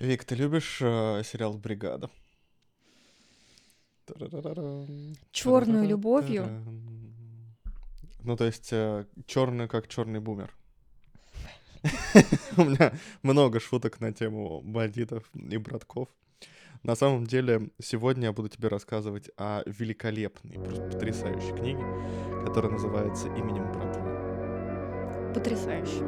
Вик, ты любишь сериал «Бригада»? Тарарарам, Черную любовью. тарарарам. Ну, то есть черный как черный бумер. У меня много шуток на тему бандитов и братков. На самом деле, сегодня я буду тебе рассказывать о великолепной, просто потрясающей книге, которая называется «Именем братвы». Потрясающе.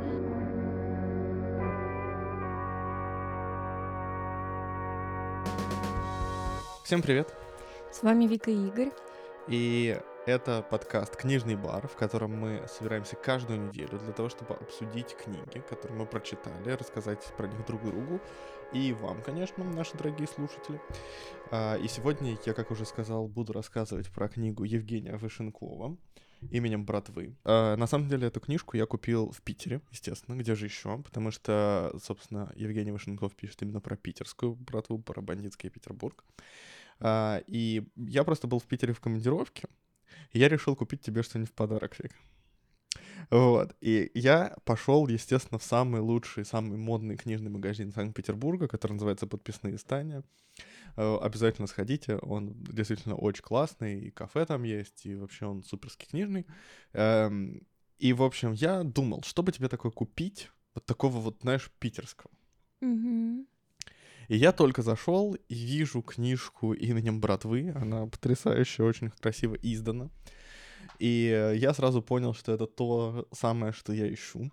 Всем привет! С вами Вика и Игорь. И это подкаст «Книжный бар», в котором мы собираемся каждую неделю для того, чтобы обсудить книги, которые мы прочитали, рассказать про них друг другу и вам, конечно, наши дорогие слушатели. И сегодня я, как уже сказал, буду рассказывать про книгу Евгения Вышенкова «Именем братвы». На самом деле эту книжку я купил в Питере, естественно, где же еще, потому что, собственно, Евгений Вышенков пишет именно про питерскую братву, про бандитский Петербург. И я просто был в Питере в командировке, и я решил купить тебе что-нибудь в подарок, Вик. Вот. И я пошел, естественно, в самый лучший, самый модный книжный магазин Санкт-Петербурга, который называется «Подписные издания». Обязательно сходите, он действительно очень классный, и кафе там есть, и вообще он суперский книжный. И, в общем, я думал, что бы тебе такое купить, вот такого вот, знаешь, питерского. Угу. И я только зашел и вижу книжку «Именем братвы». Она потрясающе, очень красиво издана. И я сразу понял, что это то самое, что я ищу.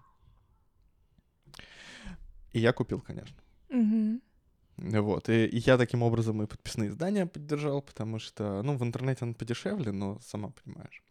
И я купил, конечно. Угу. Вот. И я таким образом и подписные издания поддержал, потому что, ну, в интернете оно подешевле, но сама понимаешь.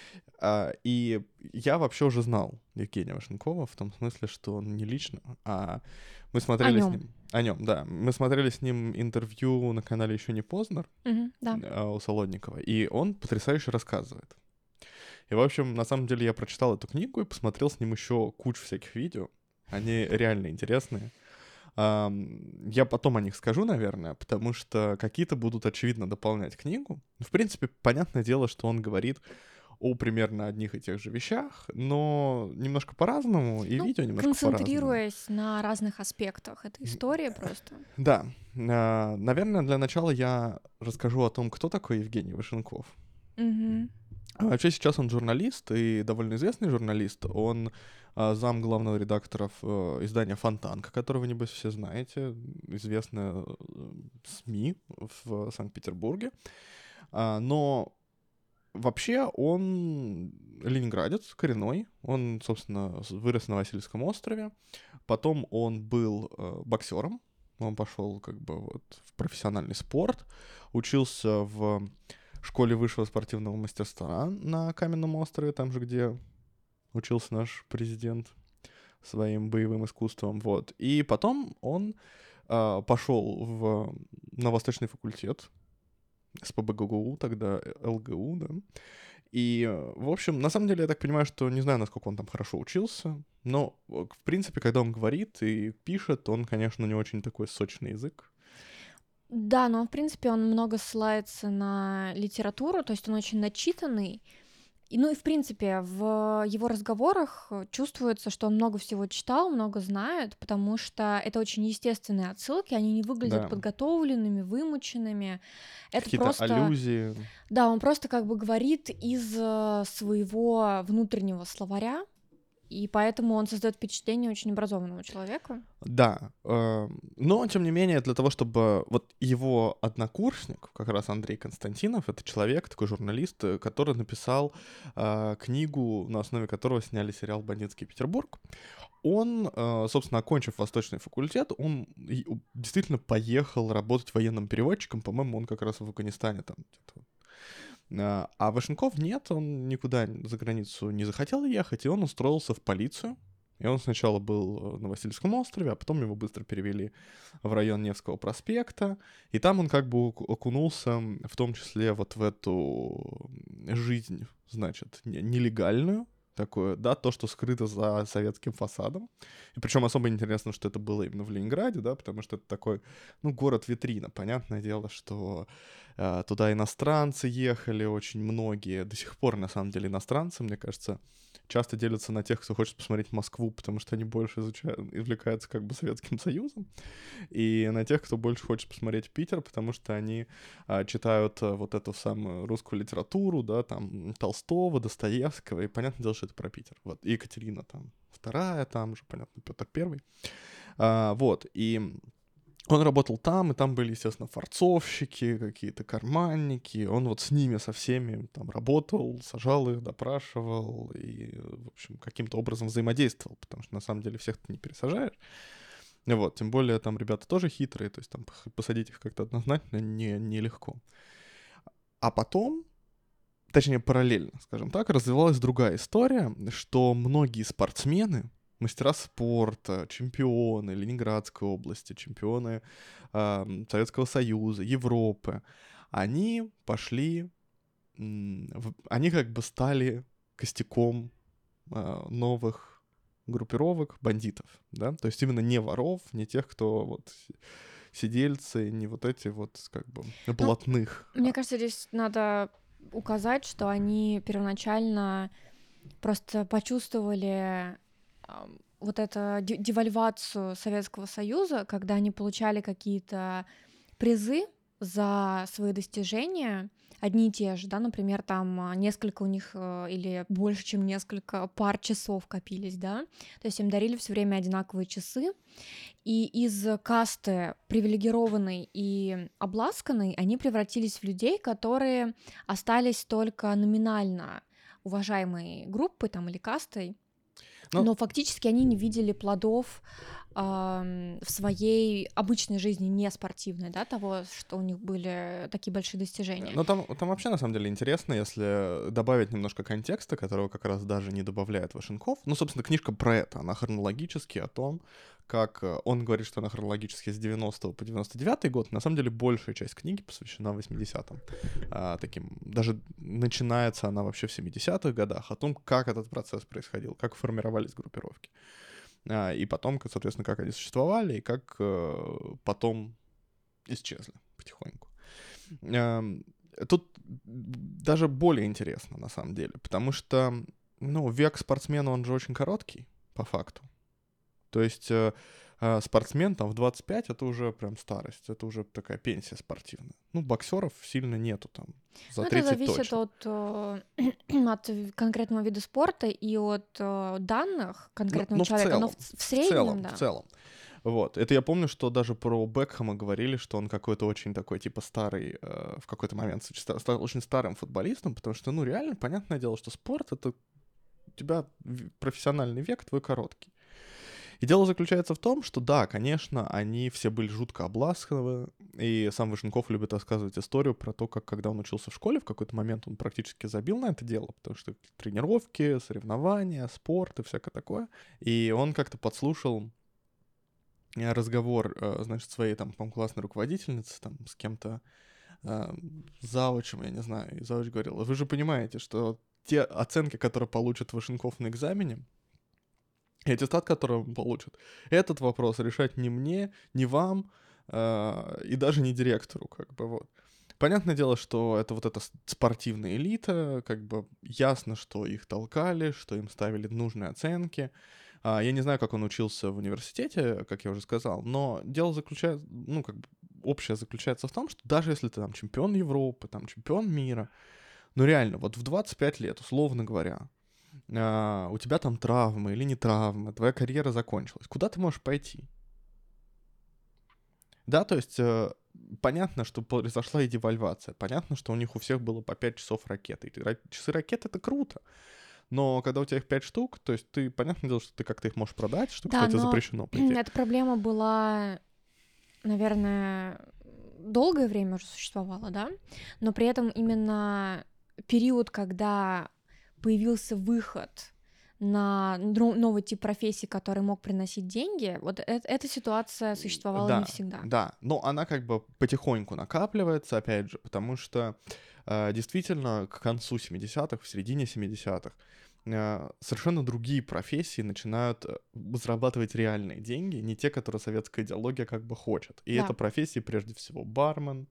И я вообще уже знал Евгения Вашенкова в том смысле, что он не лично, а мы О смотрели с нем. ним... О нем, да. Мы смотрели с ним интервью на канале «Еще не Познер» Угу. Да. у Солодникова, и он потрясающе рассказывает. И, в общем, на самом деле я прочитал эту книгу и посмотрел с ним еще кучу всяких видео. Они реально интересные. Я потом о них скажу, наверное, потому что какие-то будут, очевидно, дополнять книгу. В принципе, понятное дело, что он говорит о примерно одних и тех же вещах, но немножко по-разному, и Ну, видео немножко по-разному. концентрируясь на разных аспектах этой истории просто. Да, наверное, для начала я расскажу о том, кто такой Евгений Вышенков. Угу. Вообще сейчас он журналист, и довольно известный журналист. Он зам главного редактора издания «Фонтанка», которого, небось, все знаете, известное СМИ в Санкт-Петербурге. Но вообще он ленинградец, коренной. Он, собственно, вырос на Васильевском острове. Потом он был боксером. Он пошел как бы вот в профессиональный спорт. Учился в школе высшего спортивного мастерства на Каменном острове, там же, где учился наш президент своим боевым искусством. Вот. И потом он пошел на Восточный факультет СПбГУ, тогда ЛГУ, да. И, в общем, на самом деле, я так понимаю, что не знаю, насколько он там хорошо учился, но, в принципе, когда он говорит и пишет, он, конечно, не очень такой сочный язык. Да, но в принципе он много ссылается на литературу, то есть он очень начитанный. Ну и в принципе в его разговорах чувствуется, что он много всего читал, много знает, потому что это очень естественные отсылки, они не выглядят Да, подготовленными, вымученными. Это какие-то просто, аллюзии. да, он просто как бы говорит из своего внутреннего словаря, и поэтому он создает впечатление очень образованного человека. Да, но, тем не менее, для того, чтобы... Вот его однокурсник, как раз Андрей Константинов, это человек, такой журналист, который написал книгу, на основе которого сняли сериал «Бандитский Петербург». Он, собственно, окончив Восточный факультет, он действительно поехал работать военным переводчиком. По-моему, он как раз в Афганистане там где-то. А Вашенков нет, он никуда за границу не захотел ехать, и он устроился в полицию. И он сначала был на Васильевском острове, а потом его быстро перевели в район Невского проспекта. И там он как бы окунулся в том числе вот в эту жизнь, значит, нелегальную, такое, да, то, что скрыто за советским фасадом. И причем особо интересно, что это было именно в Ленинграде, да, потому что это такой, ну, город-витрина. Понятное дело, что Туда иностранцы ехали очень многие. До сих пор, на самом деле, иностранцы, мне кажется, часто делятся на тех, кто хочет посмотреть Москву, потому что они больше увлекаются как бы Советским Союзом, и на тех, кто больше хочет посмотреть Питер, потому что они читают вот эту самую русскую литературу, да, там, Толстого, Достоевского, и понятное дело, что это про Питер. Вот, и Екатерина там вторая, там же, понятно, Петр Первый. Вот, и он работал там, и там были, естественно, форцовщики, какие-то карманники. Он вот с ними, со всеми там работал, сажал их, допрашивал и, в общем, каким-то образом взаимодействовал, потому что на самом деле всех ты не пересажаешь. Вот, тем более там ребята тоже хитрые, то есть там посадить их как-то однозначно нелегко. А потом, точнее параллельно, скажем так, развивалась другая история, что многие спортсмены, мастера спорта, чемпионы Ленинградской области, чемпионы Советского Союза, Европы, они пошли, они как бы стали костяком новых группировок бандитов, да, то есть именно не воров, не тех, кто вот сидельцы, не вот эти вот как бы блатных. Мне кажется, здесь надо указать, что они первоначально просто почувствовали вот эту девальвацию Советского Союза, когда они получали какие-то призы за свои достижения, одни и те же, да, например, там несколько у них или больше, чем несколько пар часов копились, да, то есть им дарили все время одинаковые часы, и из касты привилегированной и обласканной они превратились в людей, которые остались только номинально уважаемой группой там или кастой, но фактически они не видели плодов в своей обычной жизни, не спортивной, да, того, что у них были такие большие достижения. Ну, там вообще, на самом деле, интересно, если добавить немножко контекста, которого как раз даже не добавляет Вашенков. Ну, собственно, книжка про это, она хронологически о том, как он говорит, что она хронологически с 90 по 99 год, на самом деле большая часть книги посвящена 80-м. Таким, даже начинается она вообще в 70-х годах, о том, как этот процесс происходил, как формировались группировки. И потом, соответственно, как они существовали, и как потом исчезли потихоньку. Тут даже более интересно, на самом деле, потому что, ну, век спортсмена, он же очень короткий, по факту. То есть спортсмен там в 25 — это уже прям старость, это уже такая пенсия спортивная. Ну, боксеров сильно нету там за 30 это зависит точно. от конкретного вида спорта и от данных конкретного человека, но в среднем, да. В целом. Вот. Это я помню, что даже про Бекхэма говорили, что он какой-то очень такой, типа, старый, в какой-то момент стал очень старым футболистом, потому что, ну, реально, понятное дело, что спорт — это у тебя профессиональный век твой короткий. И дело заключается в том, что да, конечно, они все были жутко обласканы, и сам Вашенков любит рассказывать историю про то, как когда он учился в школе, в какой-то момент он практически забил на это дело, потому что тренировки, соревнования, спорт и всякое такое. И он как-то подслушал разговор, значит, своей там, по-моему, классной руководительницы, там, с кем-то, завучем, я не знаю, и завуч говорил: вы же понимаете, что те оценки, которые получит Вашенков на экзамене, и аттестат, который он получит, этот вопрос решать не мне, не вам, и даже не директору, как бы, вот. Понятное дело, что это вот эта спортивная элита, как бы ясно, что их толкали, что им ставили нужные оценки. Я не знаю, как он учился в университете, как я уже сказал, но дело заключается, ну, как бы, общее заключается в том, что даже если ты там чемпион Европы, там чемпион мира, ну, реально, вот в 25 лет, условно говоря, у тебя там травмы или не травмы, твоя карьера закончилась, куда ты можешь пойти? Да, то есть понятно, что произошла и девальвация, понятно, что у них у всех было по 5 часов ракеты. И часы ракет — это круто, но когда у тебя их 5 штук, то есть ты, понятное дело, что ты как-то их можешь продать, что, Да, кстати, запрещено. Эта проблема была, наверное, долгое время уже существовала, да, но при этом именно период, когда появился выход на новый тип профессии, который мог приносить деньги, вот эта ситуация существовала не всегда. Да, но она как бы потихоньку накапливается, опять же, потому что действительно к концу 70-х, в середине 70-х совершенно другие профессии начинают зарабатывать реальные деньги, не те, которые советская идеология как бы хочет. И это Да, профессии прежде всего бармен,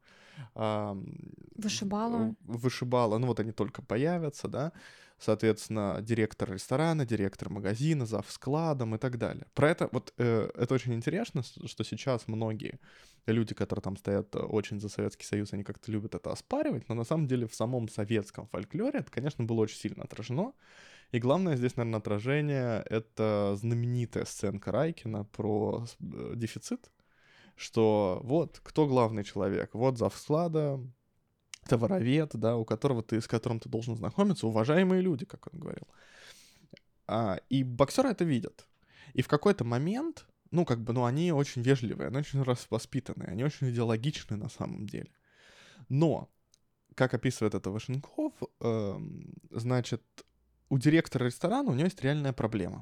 вышибала. вышибала, ну вот они только появятся, да, соответственно, директор ресторана, директор магазина, зав. Складом и так далее. Про это, вот это очень интересно, что сейчас многие люди, которые там стоят очень за Советский Союз, они как-то любят это оспаривать, но на самом деле в самом советском фольклоре это, конечно, было очень сильно отражено. И главное здесь, наверное, отражение — это знаменитая сценка Райкина про дефицит, что вот кто главный человек, вот завсклада, товаровед, да, с которым ты должен знакомиться, уважаемые люди, как он говорил. И боксеры это видят. И в какой-то момент, ну, как бы, ну, они очень вежливые, они очень воспитанные, они очень идеологичны на самом деле. Но, как описывает это Вашенков, значит, у директора ресторана у него есть реальная проблема.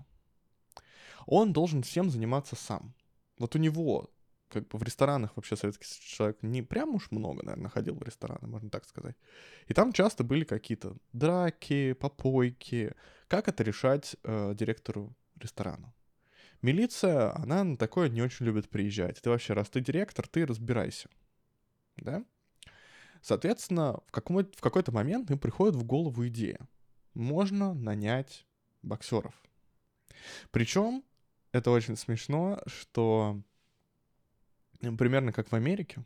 Он должен всем заниматься сам. Вот у него, как бы в ресторанах вообще советский человек не прям уж много, наверное, ходил в рестораны, можно так сказать. И там часто были какие-то драки, попойки. Как это решать директору ресторана? Милиция, она на такое не очень любит приезжать. Ты вообще, раз ты директор, ты разбирайся. Да? Соответственно, в какой-то момент им приходит в голову идея. Можно нанять боксеров. Причем это очень смешно, что примерно как в Америке,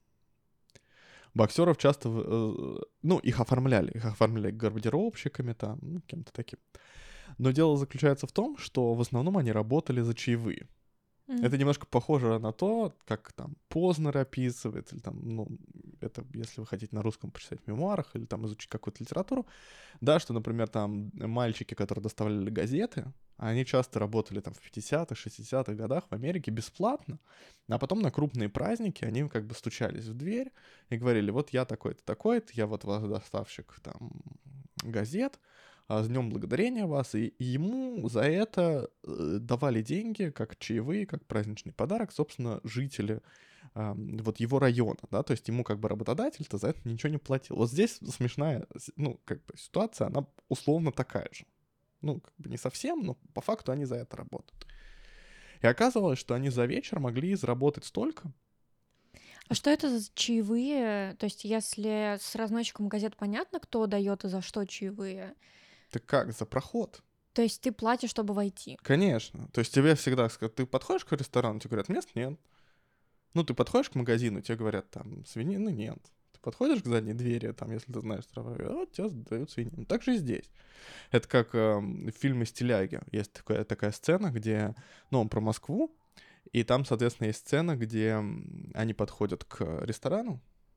боксеров часто, ну, их оформляли гардеробщиками там, ну, кем-то таким. Но дело заключается в том, что в основном они работали за чаевые. Это немножко похоже на то, как там Познер описывает, или там, ну, это если вы хотите на русском почитать в мемуарах, или там изучить какую-то литературу, да, что, например, там мальчики, которые доставляли газеты, они часто работали там в 50-х, 60-х годах в Америке бесплатно, а потом на крупные праздники они как бы стучались в дверь и говорили: вот я такой-то, такой-то, я вот ваш доставщик там газет, с Днем Благодарения вас, и ему за это давали деньги, как чаевые, как праздничный подарок, собственно, жители вот его района, да, то есть ему как бы работодатель-то за это ничего не платил. Вот здесь смешная, ну, как бы ситуация, она условно такая же. Ну, как бы не совсем, но по факту они за это работают. И оказывалось, что они за вечер могли заработать столько. А что это за чаевые? То есть, если с разносчиком газет понятно, кто дает и за что чаевые, Так как, за проход? то есть ты платишь, чтобы войти. Конечно. То есть тебе всегда скажут, ты подходишь к ресторану, тебе говорят, мест нет. Ну, ты подходишь к магазину, тебе говорят, там, свинины нет. Ты подходишь к задней двери, там, если ты знаешь траву, вот тебе дают свинину. Так же и здесь. Это как в фильме «Стиляги». Есть такая сцена, где, ну, он про Москву, и там, соответственно, есть сцена, где они подходят к ресторану,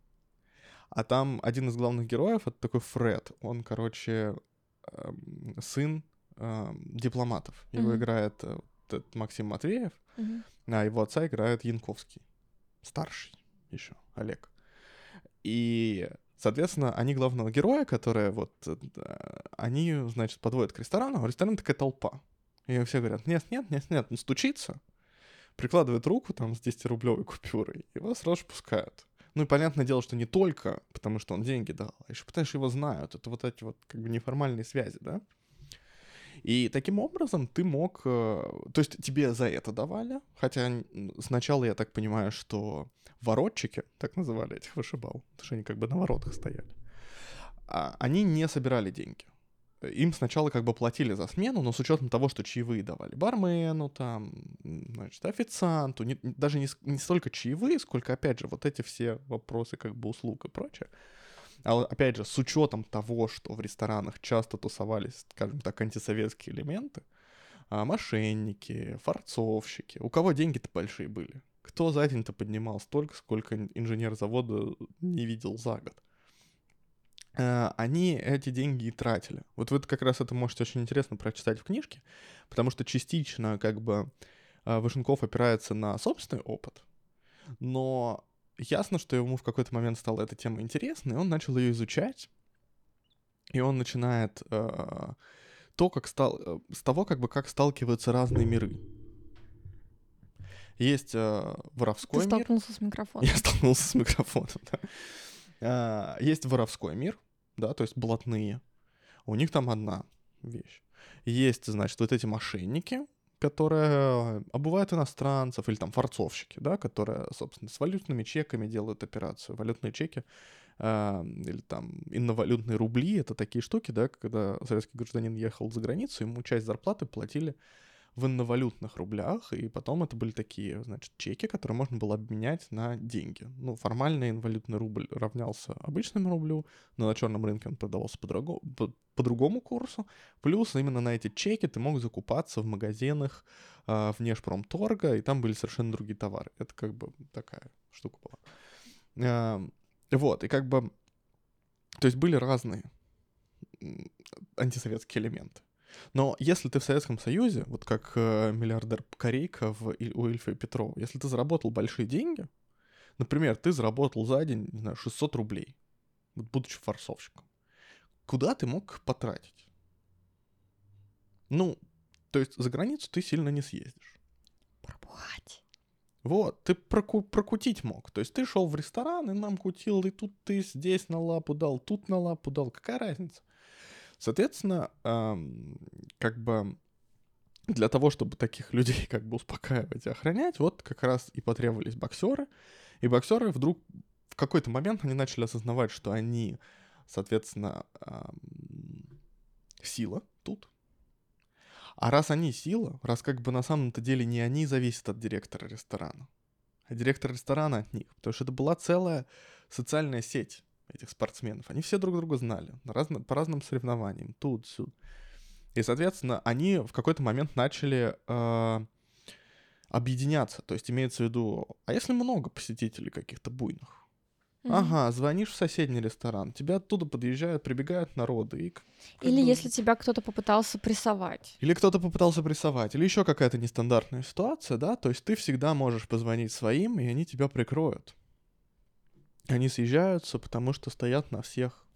а там один из главных героев — это такой Фред. Он, короче, сын дипломатов. Его Мгм. играет этот Максим Матвеев, Мгм. а его отца играет Янковский. Старший еще, Олег. И, соответственно, они главного героя, которые вот, они, значит, подводят к ресторану, а в ресторане такая толпа. И все говорят, нет, нет, нет, нет, он стучится, прикладывает руку там с 10-рублевой купюрой, и его сразу же пускают. Ну и понятное дело, что не только потому, что он деньги дал, а еще потому, что его знают. Это вот эти вот как бы неформальные связи, да? И таким образом ты мог... То есть тебе за это давали, хотя сначала я так понимаю, что воротчики, так называли этих вышибал, потому что они как бы на воротах стояли, они не собирали деньги. Им сначала как бы платили за смену, но с учетом того, что чаевые давали бармену, там, значит, официанту, даже не столько чаевые, сколько, опять же, вот эти все вопросы как бы услуг и прочее. А вот, опять же, с учетом того, что в ресторанах часто тусовались, скажем так, антисоветские элементы, мошенники, форцовщики, у кого деньги-то большие были? Кто за день-то поднимал столько, сколько инженер завода не видел за год? Они эти деньги и тратили. Вот вы как раз это можете очень интересно прочитать в книжке, потому что частично как бы Вашенков опирается на собственный опыт, но ясно, что ему в какой-то момент стала эта тема интересна, и он начал ее изучать, и он начинает с того, как бы, как сталкиваются разные миры. Есть Ты воровской мир. столкнулся с микрофоном. Я столкнулся с микрофоном, да. Есть воровской мир, да, то есть блатные. У них там одна вещь. есть, значит, вот эти мошенники, которые обувают иностранцев, или там форцовщики, да, которые, собственно, с валютными чеками делают операцию. Валютные чеки или там инновалютные рубли — это такие штуки, да, когда советский гражданин ехал за границу, ему часть зарплаты платили в инновалютных рублях, и потом это были такие, значит, чеки, которые можно было обменять на деньги. Ну, формально инвалютный рубль равнялся обычному рублю, но на черном рынке он продавался по другому курсу. Плюс именно на эти чеки ты мог закупаться в магазинах внешпромторга, и там были совершенно другие товары. Это как бы такая штука была. Вот, и как бы, то есть были разные антисоветские элементы. Но если ты в Советском Союзе, вот как миллиардер Корейка у Ильфа и Петрова, если ты заработал большие деньги, например, ты заработал за день, не знаю, 600 рублей, вот будучи форцовщиком, куда ты мог их потратить? Ну, то есть за границу ты сильно не съездишь. Пробовать. Вот, ты прокутить мог. То есть ты шел в ресторан и нам кутил, и тут ты здесь на лапу дал, тут на лапу дал. Какая разница? Соответственно, как бы для того, чтобы таких людей как бы успокаивать и охранять, вот как раз и потребовались боксеры. И боксеры вдруг в какой-то момент они начали осознавать, что они, соответственно, сила тут. А раз они сила, раз как бы на самом-то деле не они зависят от директора ресторана, а директор ресторана от них. Потому что это была целая социальная сеть этих спортсменов. Они все друг друга знали по разным соревнованиям, тут, сюда. И, соответственно, они в какой-то момент начали объединяться. То есть имеется в виду, а если много посетителей каких-то буйных? Ага, звонишь в соседний ресторан, тебя оттуда подъезжают, прибегают народы. И Или если тебя кто-то попытался прессовать. Или кто-то попытался прессовать, или еще какая-то нестандартная ситуация, да, то есть ты всегда можешь позвонить своим, и они тебя прикроют. Они съезжаются, потому что стоят на всех,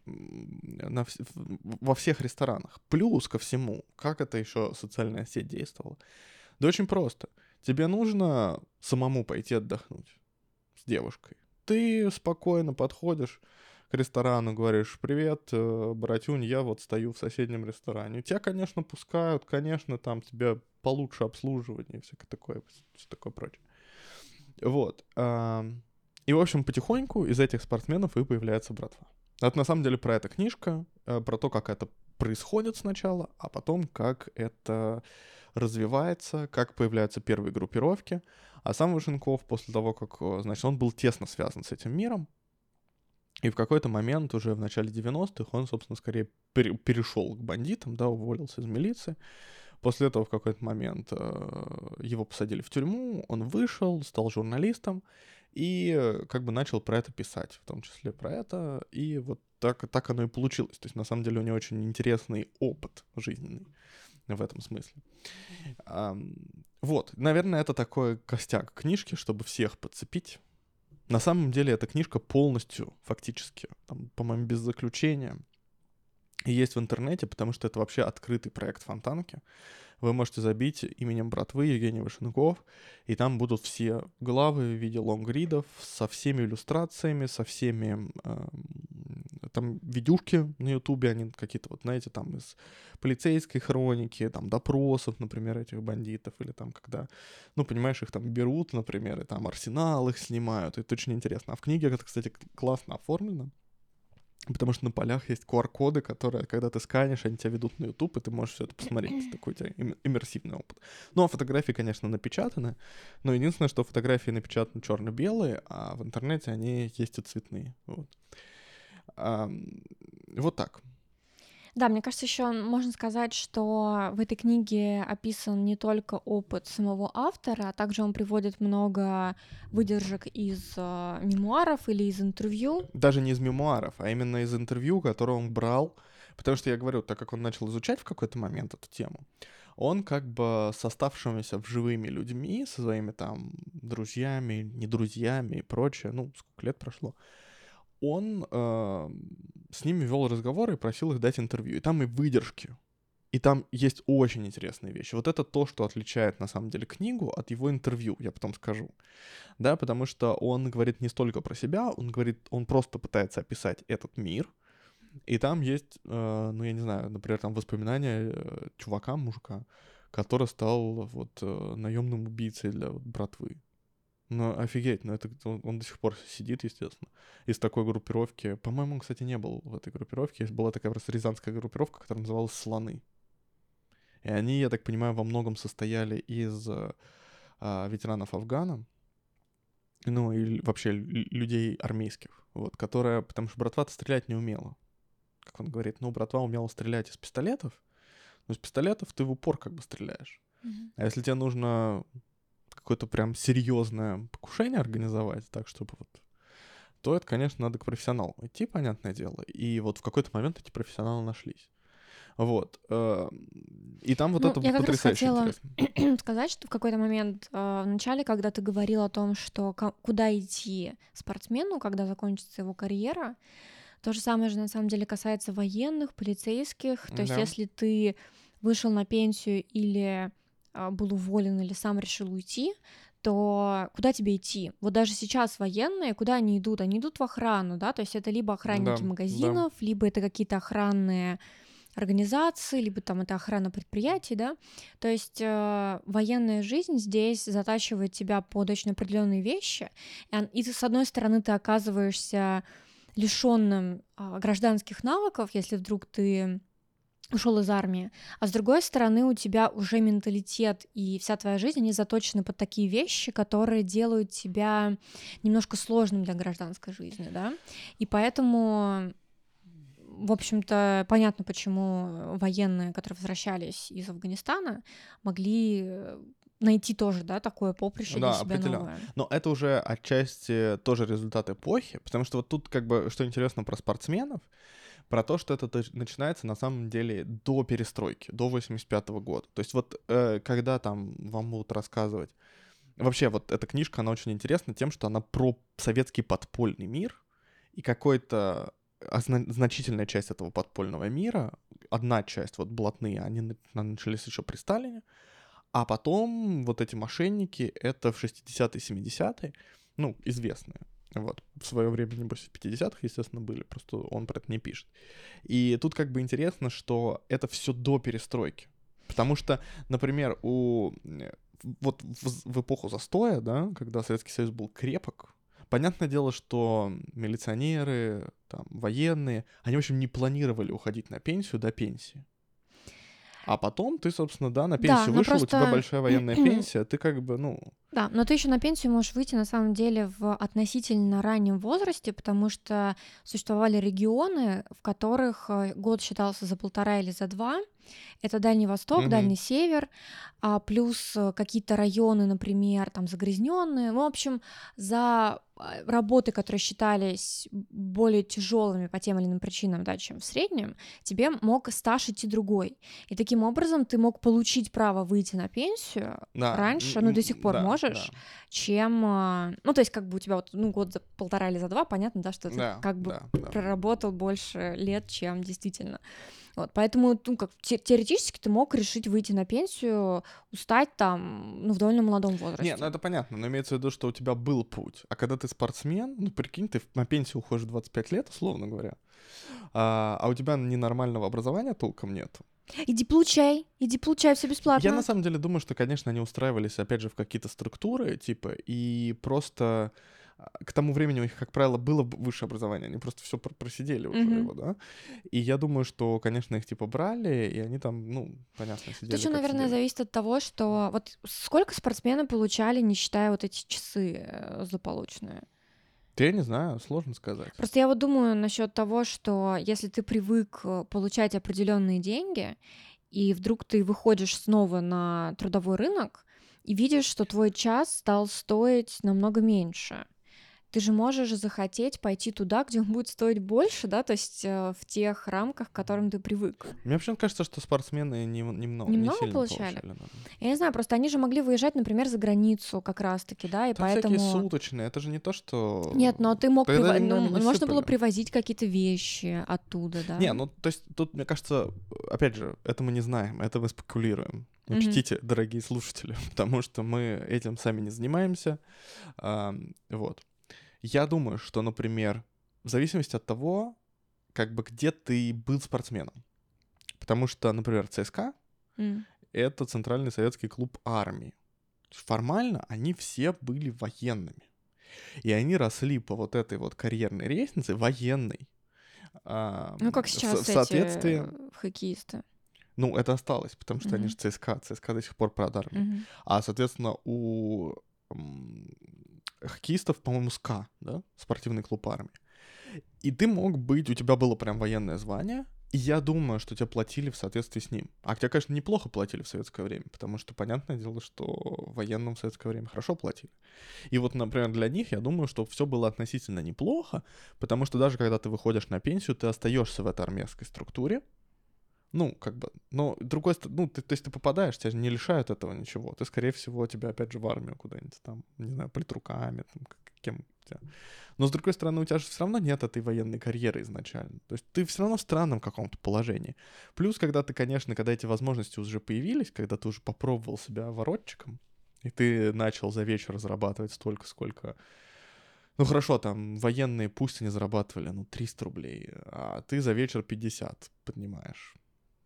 во всех ресторанах. Плюс ко всему, как это еще социальная сеть действовала? Да очень просто. Тебе нужно самому пойти отдохнуть с девушкой. Ты спокойно подходишь к ресторану, говоришь: привет, братюнь, я вот стою в соседнем ресторане. Тебя, конечно, пускают, конечно, там тебя получше обслуживание и всякое такое, все такое прочее. Вот. И, в общем, потихоньку из этих спортсменов и появляется братва. Это на самом деле про это книжка, про то, как это происходит сначала, а потом как это развивается, как появляются первые группировки. А сам Вышенков после того, как, значит, он был тесно связан с этим миром, и в какой-то момент, уже в начале 90-х, он, собственно, скорее перешел к бандитам, да, уволился из милиции. После этого в какой-то момент его посадили в тюрьму, он вышел, стал журналистом и как бы начал про это писать, в том числе про это, и вот так оно и получилось. То есть на самом деле у него очень интересный опыт жизненный в этом смысле. Вот, наверное, это такой костяк книжки, чтобы всех подцепить. На самом деле эта книжка полностью, фактически, там, по-моему, без заключения, и есть в интернете, потому что это вообще открытый проект Фонтанки. Вы можете забить именем братвы Евгений Вышенков, и там будут все главы в виде лонгридов со всеми иллюстрациями, со всеми там видюшки на Ютубе, они какие-то, вот знаете, там из полицейской хроники, там допросов, например, этих бандитов, или там когда, ну, понимаешь, их там берут, например, и там Арсенал их снимают, это очень интересно. А в книге это, кстати, классно оформлено. Потому что на полях есть QR-коды, которые, когда ты сканишь, они тебя ведут на YouTube, и ты можешь все это посмотреть. Такой у тебя иммерсивный опыт. Ну, а фотографии, конечно, напечатаны. Но единственное, что фотографии напечатаны черно-белые, а в интернете они есть и цветные. Вот. Вот так. Да, мне кажется, еще можно сказать, что в этой книге описан не только опыт самого автора, а также он приводит много выдержек из мемуаров или из интервью. Даже не из мемуаров, а именно из интервью, которое он брал. Потому что я говорю, так как он начал изучать в какой-то момент эту тему, он как бы с оставшимися живыми людьми, со своими там друзьями, не друзьями и прочее, ну, сколько лет прошло, он с ними вел разговоры и просил их дать интервью. И там и выдержки. И там есть очень интересные вещи. Вот это то, что отличает, на самом деле, книгу от его интервью, я потом скажу. Да, потому что он говорит не столько про себя, он говорит, он просто пытается описать этот мир, И там есть, ну, я не знаю, например, там воспоминания чувака, мужика, который стал вот наемным убийцей для вот братвы. Ну, офигеть, ну это он до сих пор сидит, естественно, из такой группировки. По-моему, он, кстати, не был в этой группировке. Была такая просто рязанская группировка, которая называлась «Слоны». И они, я так понимаю, во многом состояли из ветеранов Афгана, ну и вообще людей армейских, вот, которая, потому что братва-то стрелять не умела. Как он говорит, ну, братва умела стрелять из пистолетов, но из пистолетов ты в упор как бы стреляешь. А если тебе нужно какое-то прям серьезное покушение организовать, так, чтобы вот, то это, конечно, надо к профессионалу идти, понятное дело. И вот в какой-то момент эти профессионалы нашлись. Вот. И там вот Ну, это я как раз потрясающе хотела интересно. сказать, что в какой-то момент в начале, когда ты говорил о том, что куда идти спортсмену, когда закончится его карьера, то же самое же на самом деле касается военных, полицейских. То есть Да. если ты вышел на пенсию или был уволен, или сам решил уйти, то куда тебе идти? Вот даже сейчас военные, куда они идут? Они идут в охрану, да, то есть это либо охранники Да, да. магазинов, либо это какие-то охранные организации, либо там это охрана предприятий, да. То есть военная жизнь здесь затачивает тебя под очень определенные вещи, и ты, с одной стороны, ты оказываешься лишенным гражданских навыков, если вдруг ты ушел из армии, а с другой стороны у тебя уже менталитет и вся твоя жизнь, они заточены под такие вещи, которые делают тебя немножко сложным для гражданской жизни, да, и поэтому, в общем-то, понятно, почему военные, которые возвращались из Афганистана, могли найти тоже, да, такое поприще для Да, себя определенно. новое. Но это уже отчасти тоже результат эпохи, потому что вот тут как бы, что интересно про спортсменов, про то, что это начинается на самом деле до перестройки, до 85-го года. То есть вот когда там вам будут рассказывать... Вообще вот эта книжка, она очень интересна тем, что она про советский подпольный мир, и какой-то значительная часть этого подпольного мира, одна часть, вот блатные, они начались еще при Сталине, а потом вот эти мошенники, это в 60-е, 70-е, ну, известные. Вот. В свое время, небось, в 50-х, естественно, были, просто он про это не пишет. И тут как бы интересно, что это все до перестройки. Потому что, например, вот в эпоху застоя, да, когда Советский Союз был крепок, понятное дело, что милиционеры, там, военные, они, в общем, не планировали уходить на пенсию до пенсии. А потом ты, собственно, да, на Да, пенсию но вышел, у тебя просто большая военная пенсия, ты как бы, ну, да, но ты еще на пенсию можешь выйти на самом деле в относительно раннем возрасте, потому что существовали регионы, в которых год считался за 1,5 или за 2. Это Дальний Восток, мгм. Дальний Север, плюс какие-то районы, например, там загрязненные. В общем, за работы, которые считались более тяжелыми по тем или иным причинам, да, чем в среднем, тебе мог стаж идти другой. И таким образом ты мог получить право выйти на пенсию Да, раньше, ну, до сих пор да, можешь, да, чем... Ну, то есть как бы у тебя вот, ну, год за 1,5 или за 2, понятно, да, что ты да, как бы да, да. проработал больше лет, чем действительно. Вот, поэтому, ну, как теоретически ты мог решить выйти на пенсию, устать там, ну, в довольно молодом Не, ну возрасте. это понятно, но имеется в виду, что у тебя был путь. А когда ты спортсмен, ну прикинь, ты на пенсию уходишь в 25 лет, условно говоря, а у тебя ненормального образования толком нет. Иди получай, все Я на бесплатно. самом деле думаю, что, конечно, они устраивались, опять же, в какие-то структуры, типа, и просто к тому времени у них, как правило, было высшее образование, они просто все просидели уже Мгм. его, да. И я думаю, что, конечно, их типа брали, и они там, ну, понятно, Тут сидели еще, как наверное, сидели. зависит от того, что вот сколько спортсмены получали, не считая вот эти часы злополучные. Да я не знаю, сложно сказать. Просто я вот думаю насчет того, что если ты привык получать определенные деньги, и вдруг ты выходишь снова на трудовой рынок и видишь, что твой час стал стоить намного меньше. Ты же можешь захотеть пойти туда, где он будет стоить больше, да, то есть в тех рамках, к которым ты привык. Мне вообще кажется, что спортсмены не Немного сильно получали? получали. Наверное. Я не знаю, просто они же могли выезжать, например, за границу как раз-таки, да, и Там всякие поэтому... суточные, это же не то, что... Нет, но ты мог Тогда, ну, наверное, не можно было сыпали. привозить какие-то вещи оттуда, да. Не, ну, то есть тут, мне кажется, опять же, это мы не знаем, это мы спекулируем. Мгм. Учтите, дорогие слушатели, потому что мы этим сами не занимаемся. Вот. Я думаю, что, например, в зависимости от того, как бы где ты был спортсменом. Потому что, например, ЦСКА — это Центральный советский клуб армии. Формально они все были военными. И они росли по вот этой вот карьерной лестнице военной. Ну, как В сейчас соответствии... эти хоккеисты. Ну, это осталось, потому что они Мгм. же ЦСКА. ЦСКА до сих пор под армией. Мгм. А, соответственно, у хоккеистов, по-моему, СКА, да? Спортивный клуб армии. И ты мог быть, у тебя было прям военное звание, и я думаю, что тебе платили в соответствии с ним. А тебе, конечно, неплохо платили в советское время, потому что, понятное дело, что военным в советское время хорошо платили. И вот, например, для них, я думаю, что все было относительно неплохо, потому что даже когда ты выходишь на пенсию, ты остаешься в этой армейской структуре. Ну, как бы, но другой стороны, ну, то есть ты попадаешь, тебя же не лишают этого ничего. Ты, скорее всего, тебя опять же в армию куда-нибудь там, не знаю, политруками, там, кем тебя. Но, с другой стороны, у тебя же все равно нет этой военной карьеры изначально. То есть ты все равно в странном каком-то положении. Плюс, когда ты, конечно, когда эти возможности уже появились, когда ты уже попробовал себя воротчиком, и ты начал за вечер зарабатывать столько, сколько... Ну, хорошо, там, военные пусть они зарабатывали, 300 рублей, а ты за вечер 50 поднимаешь.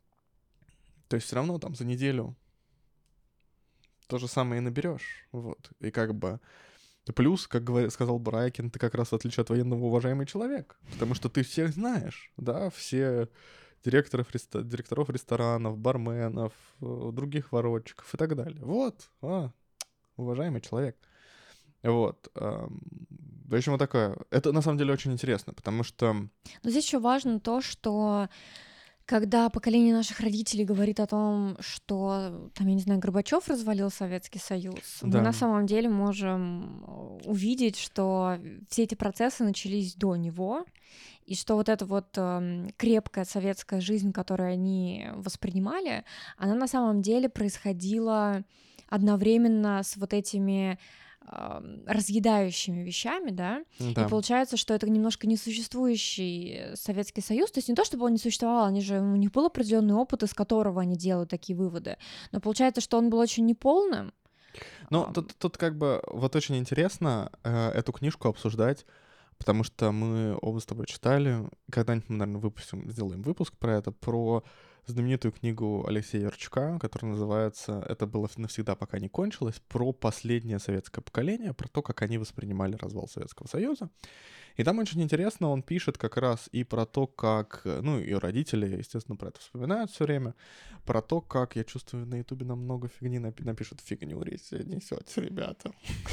То есть все равно там за неделю то же самое и наберешь. Вот. И как бы... Плюс, как сказал Барайкин, ты как раз, в отличие от военного, уважаемый человек. Потому что ты всех знаешь, да, все директоров ресторанов, барменов, других воротчиков и так далее. Вот, уважаемый человек. Вот. В общем, вот такое. Это на самом деле очень интересно, потому что... Но здесь еще важно то, что когда поколение наших родителей говорит о том, что, там, я не знаю, Горбачев развалил Советский Союз, мы Да, на самом деле можем увидеть, что все эти процессы начались до него, и что вот эта вот крепкая советская жизнь, которую они воспринимали, она на самом деле происходила одновременно с вот этими разъедающими вещами, да, и да. получается, что это немножко несуществующий Советский Союз, то есть не то, чтобы он не существовал, у них был определенный опыт, из которого они делают такие выводы, но получается, что он был очень неполным. Ну, тут как бы вот очень интересно эту книжку обсуждать, потому что мы оба с тобой читали. Когда-нибудь мы, наверное, сделаем выпуск про это, про знаменитую книгу Алексея Ярчука, которая называется «Это было навсегда, пока не кончилось», про последнее советское поколение, про то, как они воспринимали развал Советского Союза. И там очень интересно, он пишет как раз и про то, как, ну, и родители, естественно, про это вспоминают все время, про то, как, я чувствую, на Ютубе нам много фигни напишут, фигню несете, ребята.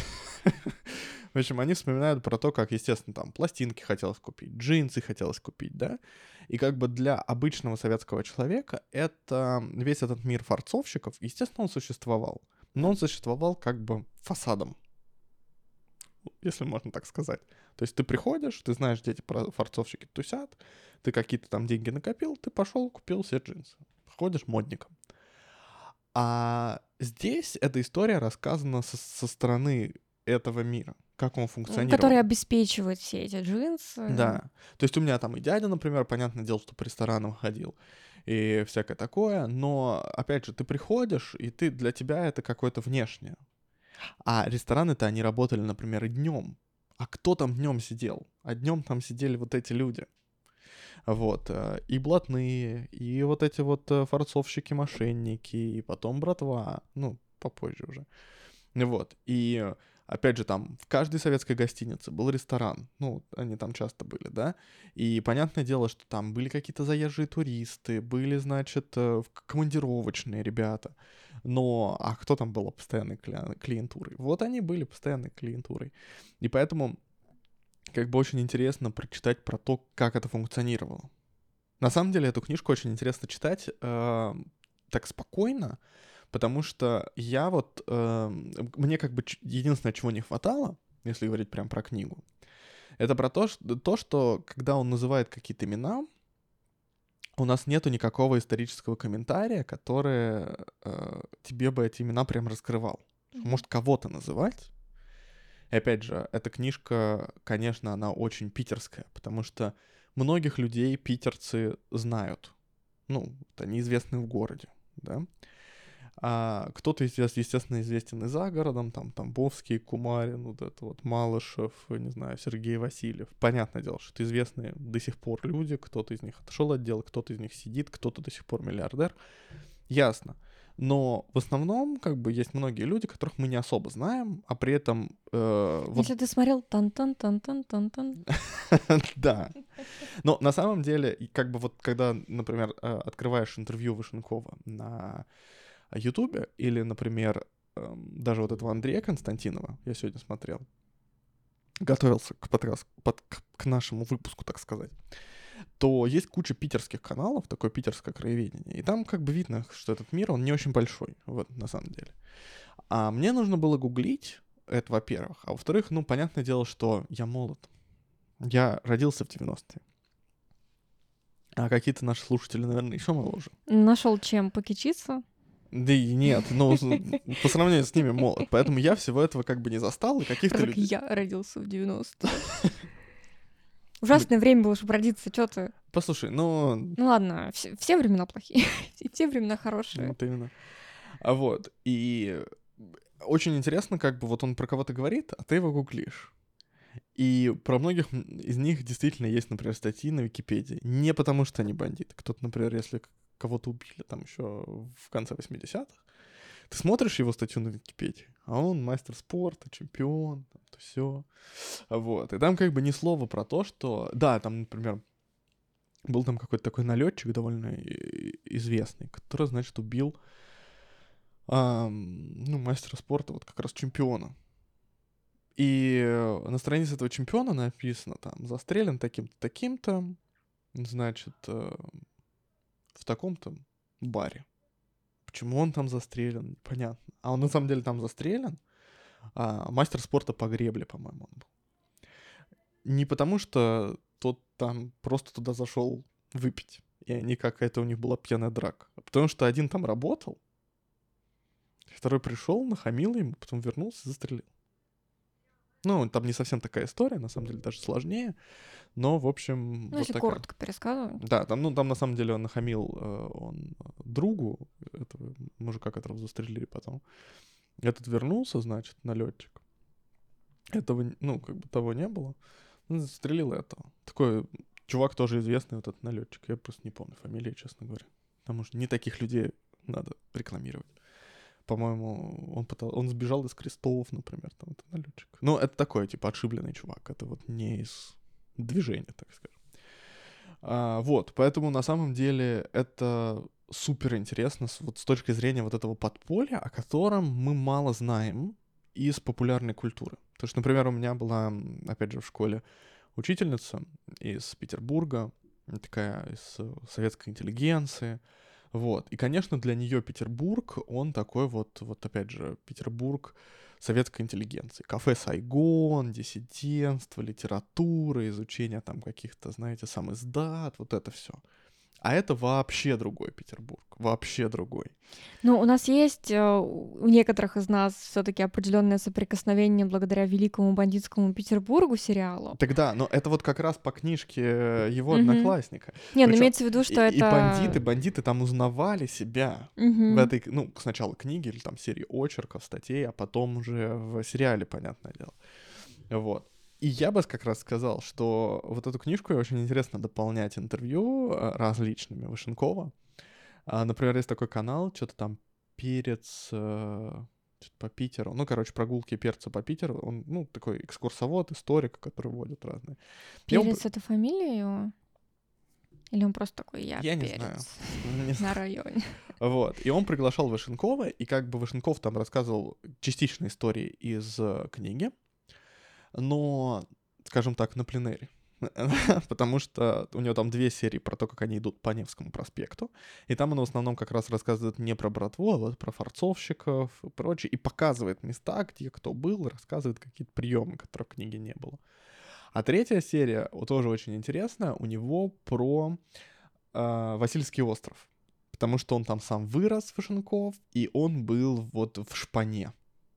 В общем, они вспоминают про то, как, естественно, там пластинки хотелось купить, джинсы хотелось купить, да, и как бы для обычного советского человека это весь этот мир фарцовщиков, естественно, он существовал, но он существовал как бы фасадом, если можно так сказать. То есть ты приходишь, ты знаешь, где эти фарцовщики тусят, ты какие-то там деньги накопил, ты пошел, купил себе джинсы. Ходишь модником. А здесь эта история рассказана со стороны этого мира, как он Который функционировал. обеспечивает все эти джинсы. Да. То есть у меня там и дядя, например, понятное дело, что по ресторанам ходил и всякое такое, но, опять же, ты приходишь, и для тебя это какое-то внешнее. А рестораны-то они работали, например, и днем. А кто там днем сидел? А днем там сидели вот эти люди. Вот. И блатные, и вот эти вот форцовщики-мошенники, и потом братва. Ну, попозже уже. Вот. И опять же, там в каждой советской гостинице был ресторан. Ну, они там часто были, да? И понятное дело, что там были какие-то заезжие туристы, были, значит, командировочные ребята. Но, а кто там был постоянной клиентурой? Вот они были постоянной клиентурой. И поэтому, как бы, очень интересно прочитать про то, как это функционировало. На самом деле, эту книжку очень интересно читать так спокойно, потому что я вот... мне как бы единственное, чего не хватало, если говорить прям про книгу, это про то, что когда он называет какие-то имена, у нас нету никакого исторического комментария, который тебе бы эти имена прям раскрывал. Может, кого-то называть. И опять же, эта книжка, конечно, она очень питерская, потому что многих людей питерцы знают. Ну, вот они известны в городе, да. Кто-то, естественно, известен и за городом, там Тамбовский, Кумарин, вот это вот Малышев, не знаю, Сергей Васильев. Понятное дело, что это известные до сих пор люди, кто-то из них отошел от дела, кто-то из них сидит, кто-то до сих пор миллиардер. Ясно. Но в основном, как бы, есть многие люди, которых мы не особо знаем, а при этом... Если ты смотрел тан-тан-тан-тан-тан-тан. Да. Но на самом деле, как бы вот когда, например, открываешь интервью Вышенкова на Ютубе, или, например, даже вот этого Андрея Константинова, я сегодня смотрел, готовился к нашему выпуску, так сказать, то есть куча питерских каналов, такое питерское краеведение, и там как бы видно, что этот мир, он не очень большой, вот, на самом деле. А мне нужно было гуглить, это во-первых, а во-вторых, ну, понятное дело, что я молод. Я родился в 90-е. А какие-то наши слушатели, наверное, еще моложе. Нашел чем покичиться. Да и нет, ну, по сравнению с ними молод. Поэтому я всего этого как бы не застал, и каких-то Как людей... я родился в 90-е. Ужасное время было, чтобы родиться, что ты? Послушай, ну... Ну ладно, все времена плохие, и все времена хорошие. Вот именно. Вот, и очень интересно, как бы вот он про кого-то говорит, а ты его гуглишь. И про многих из них действительно есть, например, статьи на Википедии. Не потому, что они бандиты. Кто-то, например, если кого-то убили там еще в конце 80-х, ты смотришь его статью на Википедии, а он мастер спорта, чемпион, там, то все. Вот. И там как бы ни слова про то, что... Да, там, например, был там какой-то такой налетчик довольно известный, который, значит, убил мастера спорта, вот как раз чемпиона. И на странице этого чемпиона написано там застрелен таким-то, таким-то, значит, в таком-то баре. Почему он там застрелен, непонятно. А он на самом деле там застрелен, мастер спорта по гребле, по-моему, он был. Не потому что тот там просто туда зашел выпить, и они какая-то у них была пьяная драка. А потому что один там работал, второй пришел, нахамил ему, потом вернулся и застрелил. Ну, там не совсем такая история, на самом деле даже сложнее, но, в общем... Ну, вот если такая. коротко пересказывать. Да, там на самом деле он нахамил другу этого мужика, которого застрелили потом. Этот вернулся, значит, налетчик. Этого, ну, как бы того не было. Он застрелил этого. Такой чувак тоже известный, вот этот налетчик. Я просто не помню фамилии, честно говоря. Потому что не таких людей надо рекламировать. По-моему, он сбежал из крестов, например, там это налетчик. Ну, это такой, типа, отшибленный чувак. Это вот не из движения, так скажем. Вот, поэтому на самом деле это супер интересно вот с точки зрения вот этого подполья, о котором мы мало знаем из популярной культуры. Потому что, например, у меня была, опять же, в школе учительница из Петербурга, такая из советской интеллигенции. Вот. И, конечно, для нее Петербург, он такой вот опять же, Петербург советской интеллигенции. Кафе «Сайгон», диссидентство, литература, изучение там каких-то, знаете, сам издат, вот это все. А это вообще другой Петербург, вообще другой. Ну, у нас есть у некоторых из нас все-таки определенное соприкосновение благодаря великому бандитскому Петербургу сериалу. Тогда, но это вот как раз по книжке его одноклассника. Не, ну имеется в виду, что это... И бандиты там узнавали себя в этой, ну, сначала книге или там серии очерков, статей, а потом уже в сериале, понятное дело. Вот. И я бы как раз сказал, что вот эту книжку очень интересно дополнять интервью различными Вышенкова. Например, есть такой канал, что-то там «Перец по Питеру». Ну, короче, прогулки перца по Питеру. Он, ну, такой экскурсовод, историк, который водит разные. Перец — это фамилия его? Или он просто такой «я не перец» знаю. на районе? Вот. И он приглашал Вышенкова, и как бы Вышенков там рассказывал частично истории из книги, но, скажем так, на пленэре. Потому что у него там 2 серии про то, как они идут по Невскому проспекту. И там он в основном как раз рассказывает не про братву, а вот про форцовщиков и прочее. И показывает места, где кто был, рассказывает какие-то приемы, которых в книге не было. А 3 серия тоже очень интересная. У него про Васильский остров. Потому что он там сам вырос, Вышенков, и он был вот в Шпане.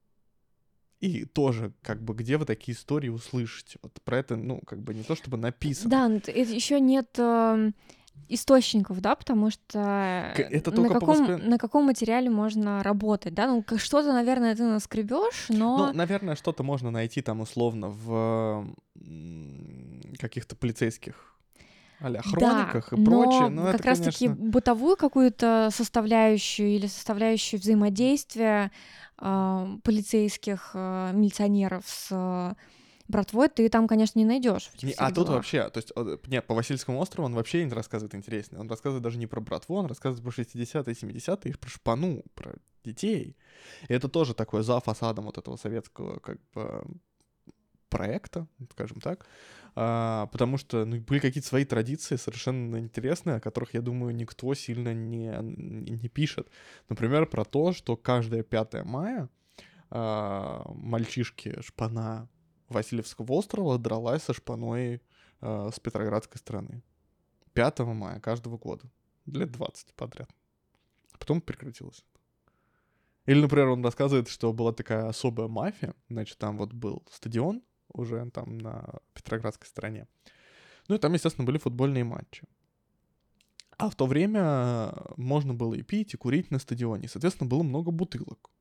И тоже, как бы, где вы такие истории услышите? Вот про это, ну, как бы не то чтобы написано. Да, еще нет источников, да, потому что Это только по на каком материале можно работать, да? Ну, что-то, наверное, ты наскребешь, Ну, но наверное, что-то можно найти там условно в каких-то полицейских а-ля да, хрониках и прочее, но но это, как раз-таки конечно... бытовую какую-то составляющую или составляющую взаимодействия полицейских милиционеров с братвой ты там, конечно, не найдешь в этих А всех тут делах. вообще, то есть, нет, по Васильевскому острову он вообще не рассказывает интересно. Он рассказывает даже не про братву, он рассказывает про 60-е, 70-е, про шпану, про детей. И это тоже такое за фасадом вот этого советского как бы проекта, скажем так, потому что ну, были какие-то свои традиции совершенно интересные, о которых, я думаю, никто сильно не пишет. Например, про то, что каждое 5 мая мальчишки шпана Васильевского острова дралась со шпаной с Петроградской стороны. 5 мая каждого года. Лет 20 подряд. Потом прекратилось. Или, например, он рассказывает, что была такая особая мафия. Значит, там вот был стадион уже там на Петроградской стороне. Ну и там, естественно, были футбольные матчи. А в то время можно было и пить, и курить на стадионе. И, соответственно, было много бутылок.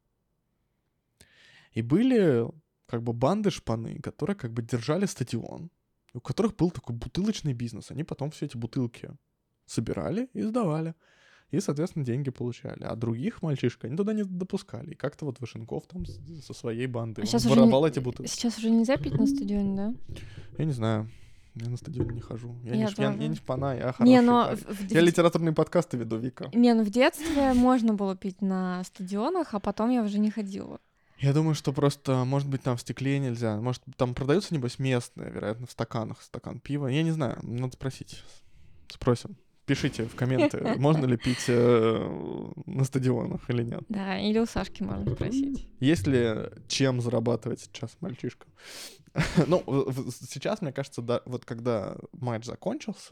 И были как бы банды шпаны, которые как бы держали стадион, у которых был такой бутылочный бизнес. Они потом все эти бутылки собирали и сдавали. И, соответственно, деньги получали. А других мальчишек они туда не допускали. И как-то вот Вышенков там со своей бандой, он воровал эти бутылки. Сейчас уже нельзя пить на стадионе, да? Я не знаю. Я на стадион не хожу. Я Я не тоже. шпана, я Не, хороший но парень. Я литературные подкасты веду, Вика. не, ну в детстве можно было пить на стадионах, а потом я уже не ходила. Я думаю, что просто, может быть, там в стекле нельзя. Может, там продаются, небось, местные, вероятно, в стаканах, стакан пива. Я не знаю, надо спросить. Спросим. Пишите в комменты, можно ли пить на стадионах или нет. Да, или у Сашки можно спросить. Есть ли чем зарабатывать сейчас мальчишкам? Ну, сейчас, мне кажется, да, вот когда матч закончился,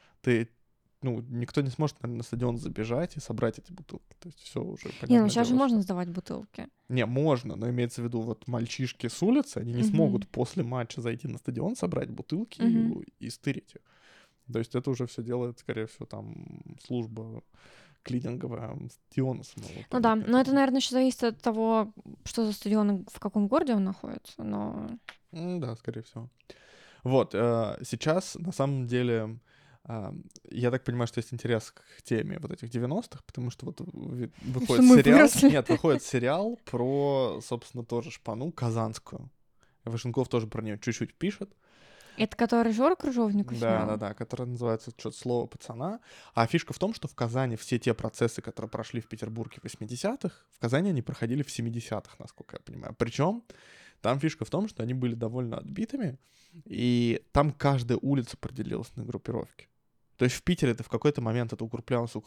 никто не сможет, наверное, на стадион забежать и собрать эти бутылки. То есть все уже понятно. Не, ну сейчас же можно сдавать бутылки. Не, можно, но имеется в виду, вот мальчишки с улицы, они не смогут после матча зайти на стадион, собрать бутылки и стырить их. То есть это уже все делает, скорее всего, там служба клининговая стадиона самого. Ну да, но это, наверное, еще зависит от того, что за стадион и в каком городе он находится, но... Да, скорее всего. Вот, сейчас, на самом деле, я так понимаю, что есть интерес к теме вот этих 90-х, потому что вот выходит сериал... Выросли. Нет, выходит сериал про, собственно, тоже шпану казанскую. Вышенков тоже про нее чуть-чуть пишет. Это который Жора Крыжовников снял? Да, который называется что-то «Слово пацана». А фишка в том, что в Казани все те процессы, которые прошли в Петербурге в 80-х, в Казани они проходили в 70-х, насколько я понимаю. Причем там фишка в том, что они были довольно отбитыми, и там каждая улица поделилась на группировки. То есть в Питере это в какой-то момент это укрупнялось,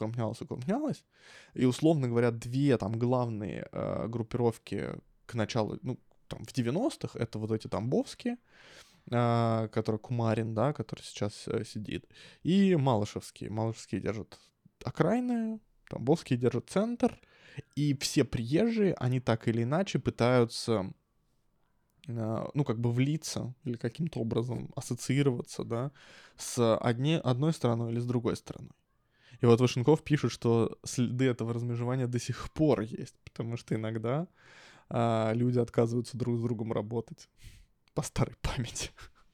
и, условно говоря, две там главные группировки к началу, там в 90-х, это вот эти тамбовские, который Кумарин, да, который сейчас сидит, и Малышевские. Малышевские держат окраины, Тамбовские держат центр, и все приезжие, они так или иначе пытаются, как бы влиться или каким-то образом ассоциироваться, да, с одной стороной или с другой стороной. И вот Вышенков пишет, что следы этого размежевания до сих пор есть, потому что иногда люди отказываются друг с другом работать по старой памяти.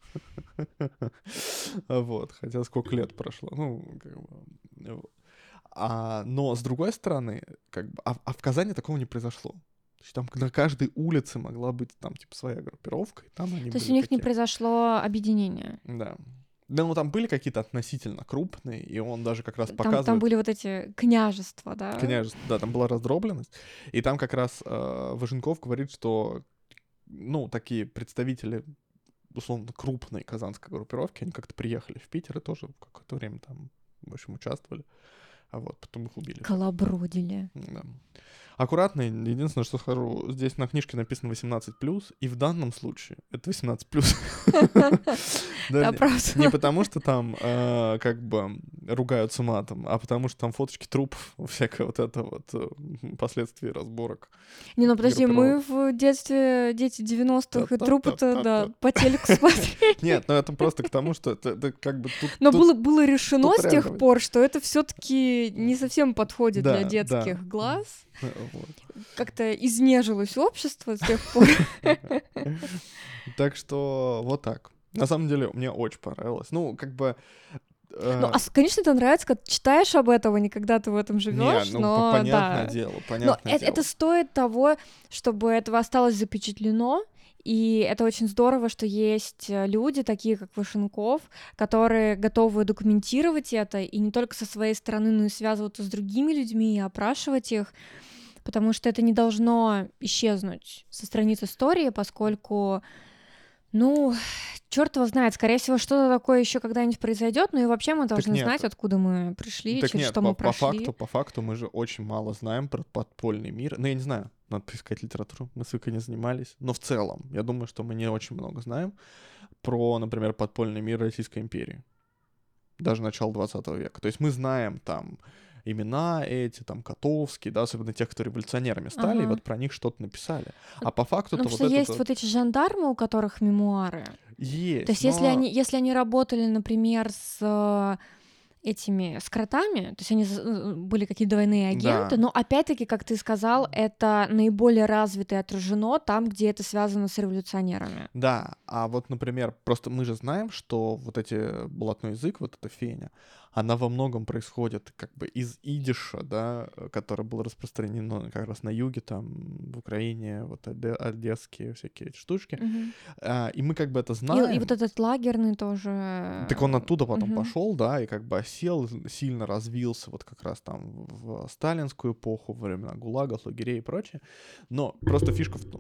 Вот, хотя сколько лет прошло, вот. Но с другой стороны, как бы, в Казани такого не произошло. То есть там на каждой улице могла быть там типа своя группировка, и там они То есть были у них не такие. произошло объединение? Да. Да, там были какие-то относительно крупные, и он даже как раз показывает... Там были вот эти княжества, да? Княжество, да, там была раздробленность. И там как раз Важенков говорит, что, такие представители, условно, крупной казанской группировки, они как-то приехали в Питер и тоже какое-то время там, в общем, участвовали. А вот, потом их убили. Колобродили. Да. Аккуратно, единственное, что скажу, здесь на книжке написано 18+, и в данном случае это 18+. Да, Даже правда. не потому, что там как бы ругаются матом, а потому что там фоточки трупов, всякое вот это вот последствия разборок. Не, ну подожди, мы группировок. в детстве, дети 90-х, и трупы-то, да, Та-та-та-та-та. по телеку смотрели. Нет, ну это просто к тому, что это как бы Но тут было решено тут с тех реально. пор, что это все-таки не совсем подходит для Да, да. детских глаз. Вот. Как-то изнежилось общество с тех пор. Так что вот так. На самом деле, мне очень понравилось. Ну, как бы... Ну, конечно, это нравится, когда читаешь об этом, а не когда ты в этом Не, живешь, ну, но понятное да. дело, Но понятное дело. это стоит того, чтобы этого осталось запечатлено, и это очень здорово, что есть люди, такие как Вашенков, которые готовы документировать это, и не только со своей стороны, но и связываться с другими людьми, и опрашивать их, потому что это не должно исчезнуть со страниц истории, поскольку, ну, черт его знает, скорее всего, что-то такое еще когда-нибудь произойдет, ну и вообще мы должны нет. знать, откуда мы пришли, Так через нет, что мы по прошли. факту мы же очень мало знаем про подпольный мир. Ну, я не знаю, надо поискать литературу, мы с Викой не занимались. Но в целом, я думаю, что мы не очень много знаем про, например, подпольный мир Российской империи. Даже начала 20 века. То есть мы знаем там имена эти, там, Котовский, да, особенно тех, кто революционерами стали, и Ага. вот про них что-то написали. А по факту-то Ну, вот что это есть вот эти жандармы, у которых мемуары. есть, То есть, но... если они работали, например, с этими с кротами, то есть они были какие-то двойные агенты, Да. но опять-таки, как ты сказал, это наиболее развито и отражено там, где это связано с революционерами. Да, а вот, например, просто мы же знаем, что вот эти блатной язык, вот эта феня, она во многом происходит как бы из идиша, да, который был распространен как раз на юге, там, в Украине, вот одесские всякие эти штучки. Мгм. И мы как бы это И знаем. вот этот лагерный тоже. Так он оттуда потом Мгм. пошел, да, и как бы осел, сильно развился вот как раз там в сталинскую эпоху, во времена ГУЛАГов, лагерей и прочее. Но просто фишка в том,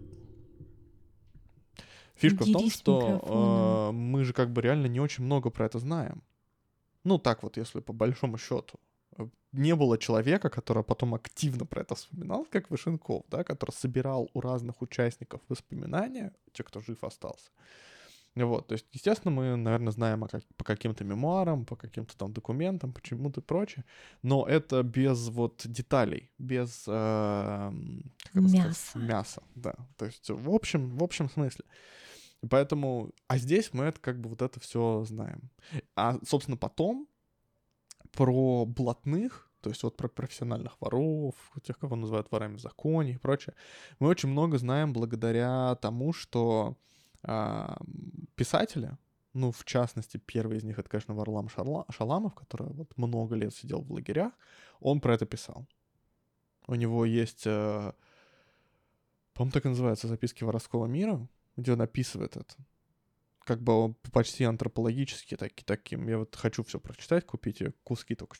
Дерись с что микрофоном. мы же как бы реально не очень много про это знаем. Ну, так вот, если по большому счету. Не было человека, который потом активно про это вспоминал, как Вышенков, да, который собирал у разных участников воспоминания, те, кто жив остался. Вот, то есть, естественно, мы, наверное, знаем по каким-то мемуарам, по каким-то там документам, почему-то и прочее, но это без вот деталей, без, как это сказать, мяса, да, то есть в общем смысле. Поэтому, а здесь мы это как бы вот это все знаем. А, собственно, потом про блатных, то есть вот про профессиональных воров, тех, кого называют ворами в законе и прочее, мы очень много знаем благодаря тому, что писатели, ну, в частности, первый из них, это, конечно, Варлам Шаламов, который вот много лет сидел в лагерях, он про это писал. У него есть, по-моему, так и называется «Записки воровского мира», где он описывает это. Как бы он почти антропологически таким. Я вот хочу все прочитать, купить, я куски только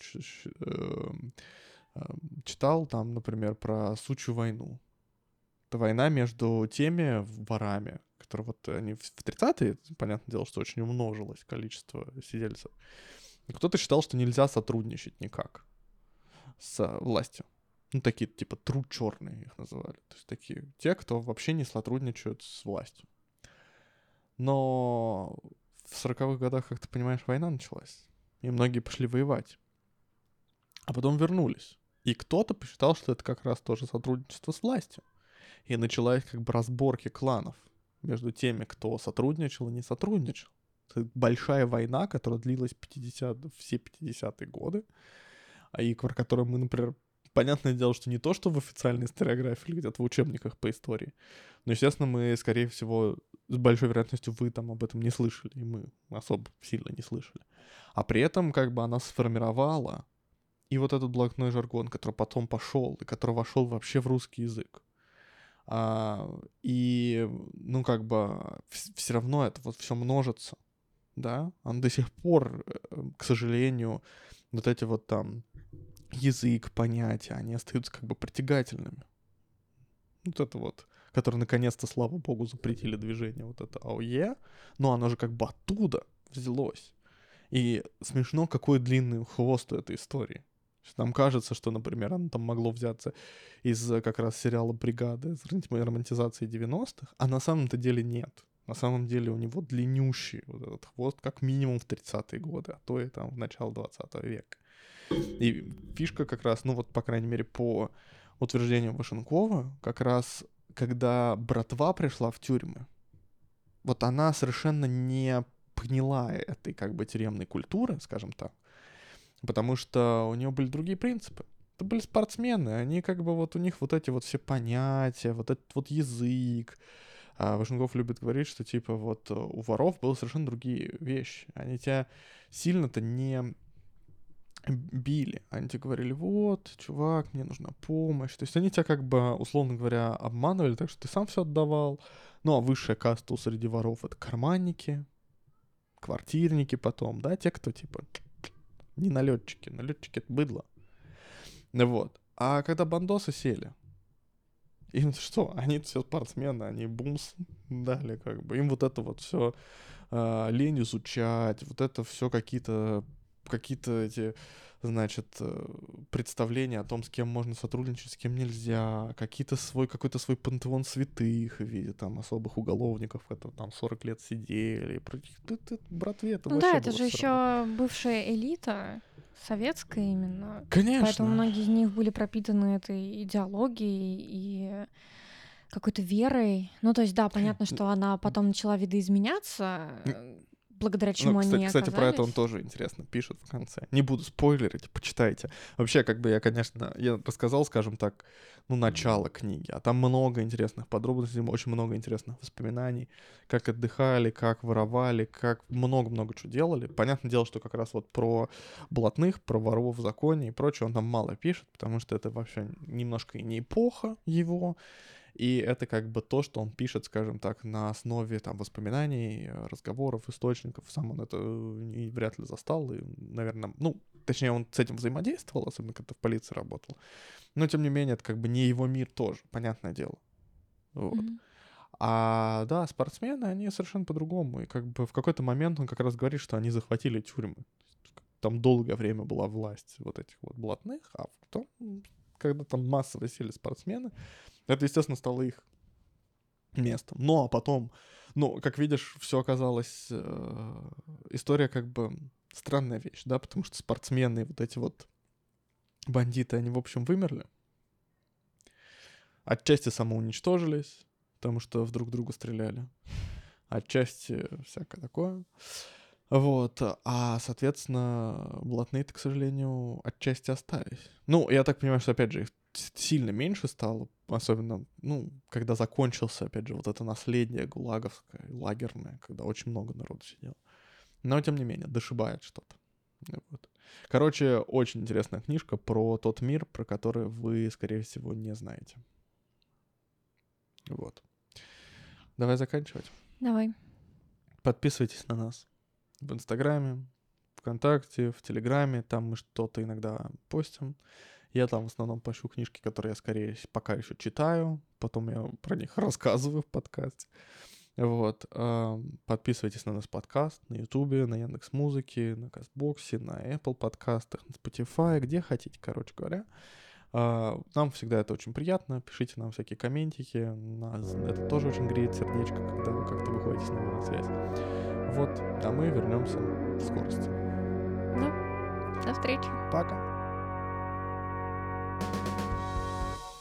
читал, там, например, про сучью войну. Это война между теми ворами, которые вот они в 30-е, понятное дело, что очень умножилось количество сидельцев. И кто-то считал, что нельзя сотрудничать никак с властью. Ну, такие, типа, труд черные их называли. То есть такие, те, кто вообще не сотрудничают с властью. Но в 40-х годах, как ты понимаешь, война началась. И многие пошли воевать. А потом вернулись. И кто-то посчитал, что это как раз тоже сотрудничество с властью. И началась как бы разборки кланов между теми, кто сотрудничал и не сотрудничал. Это большая война, которая длилась все 50-е годы, и про которую мы, например, понятное дело, что не то, что в официальной историографии или где-то в учебниках по истории, но, естественно, мы, скорее всего, с большой вероятностью вы там об этом не слышали, и мы особо сильно не слышали. А при этом как бы она сформировала и вот этот блатной жаргон, который потом пошел, и который вошел вообще в русский язык. И, ну, как бы, все равно это вот все множится, да, он до сих пор, к сожалению, вот эти вот там язык, понятия, они остаются как бы притягательными. Вот это вот, которое наконец-то, слава богу, запретили движение, вот это АОЕ, но оно же как бы оттуда взялось. И смешно, какой длинный хвост у этой истории. Нам кажется, что, например, оно там могло взяться из как раз сериала «Бригада», из романтизации 90-х, а на самом-то деле нет. На самом деле у него длиннющий вот этот хвост как минимум в 30-е годы, а то и там в начало 20 века. И фишка как раз, ну вот, по крайней мере, по утверждению Вашенкова, как раз, когда братва пришла в тюрьмы, вот она совершенно не поняла этой как бы тюремной культуры, скажем так, потому что у нее были другие принципы. Это были спортсмены, они как бы вот у них вот эти вот все понятия, вот этот вот язык. А Вашенков любит говорить, что типа вот у воров были совершенно другие вещи. Они тебя сильно-то не били. Они тебе говорили, вот, чувак, мне нужна помощь. То есть они тебя как бы, условно говоря, обманывали, так что ты сам все отдавал. Ну, а высшая каста среди воров — это карманники, квартирники потом, да, те, кто типа не налетчики. Налетчики — это быдло. Вот. А когда бандосы сели, им что? Они все спортсмены, они бумс дали, как бы. Им вот это вот все лень изучать, вот это все какие-то эти, значит, представления о том, с кем можно сотрудничать, с кем нельзя, какой-то свой пантеон святых в виде там особых уголовников, которые там 40 лет сидели. Братве, это Ну вообще да, это было же всё равно. еще бывшая элита, советская именно. Конечно. Поэтому многие из них были пропитаны этой идеологией и какой-то верой. Ну, то есть, да, понятно, что она потом начала видоизменяться, благодаря чему Ну, они кстати, про это он оказались. тоже интересно пишет в конце. Не буду спойлерить, почитайте. Вообще, как бы я рассказал, скажем так, ну, начало книги, а там много интересных подробностей, очень много интересных воспоминаний, как отдыхали, как воровали, как много-много чего делали. Понятное дело, что как раз вот про блатных, про воров в законе и прочее он там мало пишет, потому что это вообще немножко и не эпоха его, и это как бы то, что он пишет, скажем так, на основе там воспоминаний, разговоров, источников. Сам он это и вряд ли застал. И, наверное, ну, точнее, он с этим взаимодействовал, особенно когда в полиции работал. Но, тем не менее, это как бы не его мир тоже, понятное дело. Вот. Мгм. А, да, спортсмены, они совершенно по-другому. И как бы в какой-то момент он как раз говорит, что они захватили тюрьмы. Там долгое время была власть вот этих вот блатных, а потом, когда там массово сели спортсмены, это, естественно, стало их местом. Ну, а потом, ну, как видишь, все оказалось... история как бы странная вещь, да, потому что спортсмены, вот эти вот бандиты, они, в общем, вымерли. Отчасти самоуничтожились, потому что в друг друга стреляли. Отчасти всякое такое. Вот, а, соответственно, блатные-то, к сожалению, отчасти остались. Ну, я так понимаю, что, опять же, их сильно меньше стало, особенно, ну, когда закончился, опять же, вот это наследие гулаговское, лагерное, когда очень много народу сидело. Но, тем не менее, дошибает что-то. Вот. Короче, очень интересная книжка про тот мир, про который вы, скорее всего, не знаете. Вот. Давай заканчивать. Давай. Подписывайтесь на нас в Инстаграме, ВКонтакте, в Телеграме. Там мы что-то иногда постим. Я там в основном пощу книжки, которые я скорее пока еще читаю. Потом я про них рассказываю в подкасте. Вот. Подписывайтесь на наш подкаст на Ютубе, на Яндекс.Музыке, на Кастбоксе, на Apple подкастах, на Spotify, где хотите, короче говоря. Нам всегда это очень приятно. Пишите нам всякие комментики. Нас это тоже очень греет сердечко, когда вы как-то выходите с нами на связь. Вот. А мы вернемся в скорости. Да. До встречи. Пока.